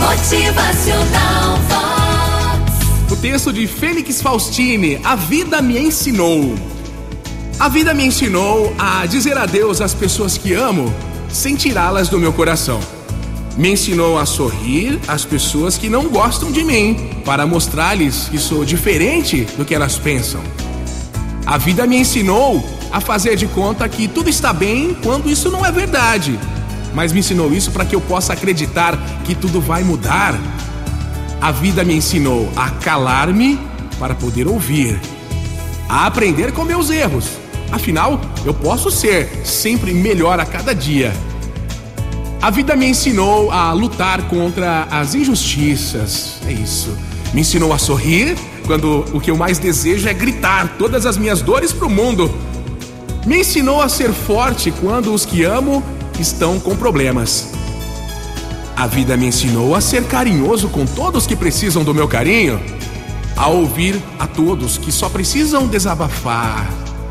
Motivacional Vox. O texto de Félix Faustini, a vida me ensinou. A vida me ensinou a dizer adeus às pessoas que amo, sem tirá-las do meu coração. Me ensinou a sorrir às pessoas que não gostam de mim, para mostrar-lhes que sou diferente do que elas pensam. A vida me ensinou a fazer de conta que tudo está bem quando isso não é verdade, mas me ensinou isso para que eu possa acreditar que tudo vai mudar. A vida me ensinou a calar-me para poder ouvir, a aprender com meus erros. Afinal, eu posso ser sempre melhor a cada dia. A vida me ensinou a lutar contra as injustiças. É isso. Me ensinou a sorrir quando o que eu mais desejo é gritar todas as minhas dores pro mundo. Me ensinou a ser forte quando os que amo estão com problemas. A vida me ensinou a ser carinhoso com todos que precisam do meu carinho, a ouvir a todos que só precisam desabafar.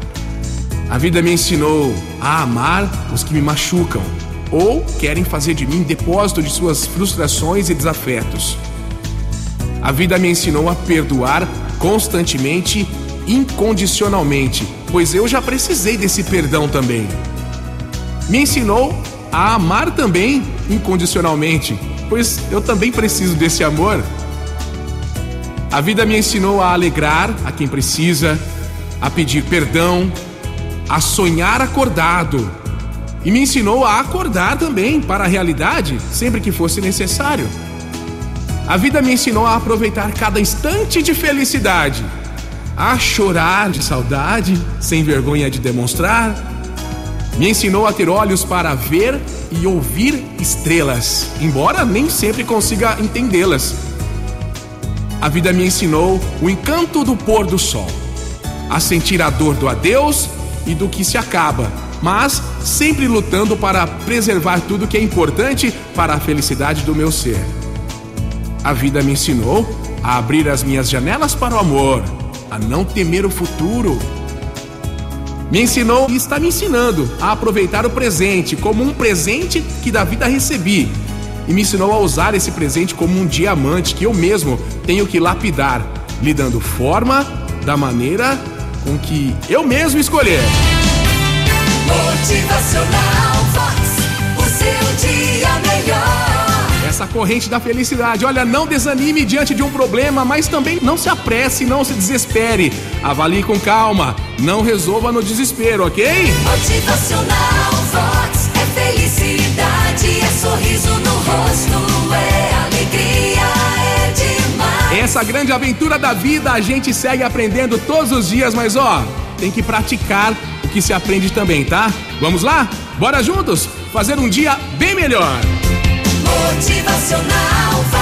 A vida me ensinou a amar os que me machucam ou querem fazer de mim depósito de suas frustrações e desafetos. A vida me ensinou a perdoar constantemente, incondicionalmente, pois eu já precisei desse perdão também. Me ensinou a amar também incondicionalmente, pois eu também preciso desse amor. A vida me ensinou a alegrar a quem precisa, a pedir perdão, a sonhar acordado, e me ensinou a acordar também para a realidade sempre que fosse necessário. A vida me ensinou a aproveitar cada instante de felicidade, a chorar de saudade sem vergonha de demonstrar. Me ensinou a ter olhos para ver e ouvir estrelas, embora nem sempre consiga entendê-las. A vida me ensinou o encanto do pôr do sol, a sentir a dor do adeus e do que se acaba, mas sempre lutando para preservar tudo que é importante para a felicidade do meu ser. A vida me ensinou a abrir as minhas janelas para o amor, a não temer o futuro. Me ensinou e está me ensinando a aproveitar o presente como um presente que da vida recebi, e me ensinou a usar esse presente como um diamante que eu mesmo tenho que lapidar, lhe dando forma da maneira com que eu mesmo escolher. Motivacional Vox, o seu dia melhor. Essa corrente da felicidade. Olha, não desanime diante de um problema, mas também não se apresse, não se desespere. Avalie com calma, não resolva no desespero, ok? Motivacional Vox, é felicidade, é sorriso no rosto, é alegria, é demais. Essa grande aventura da vida a gente segue aprendendo todos os dias, mas tem que praticar o que se aprende também, tá? Vamos lá? Bora juntos fazer um dia bem melhor. Motivacional Vox.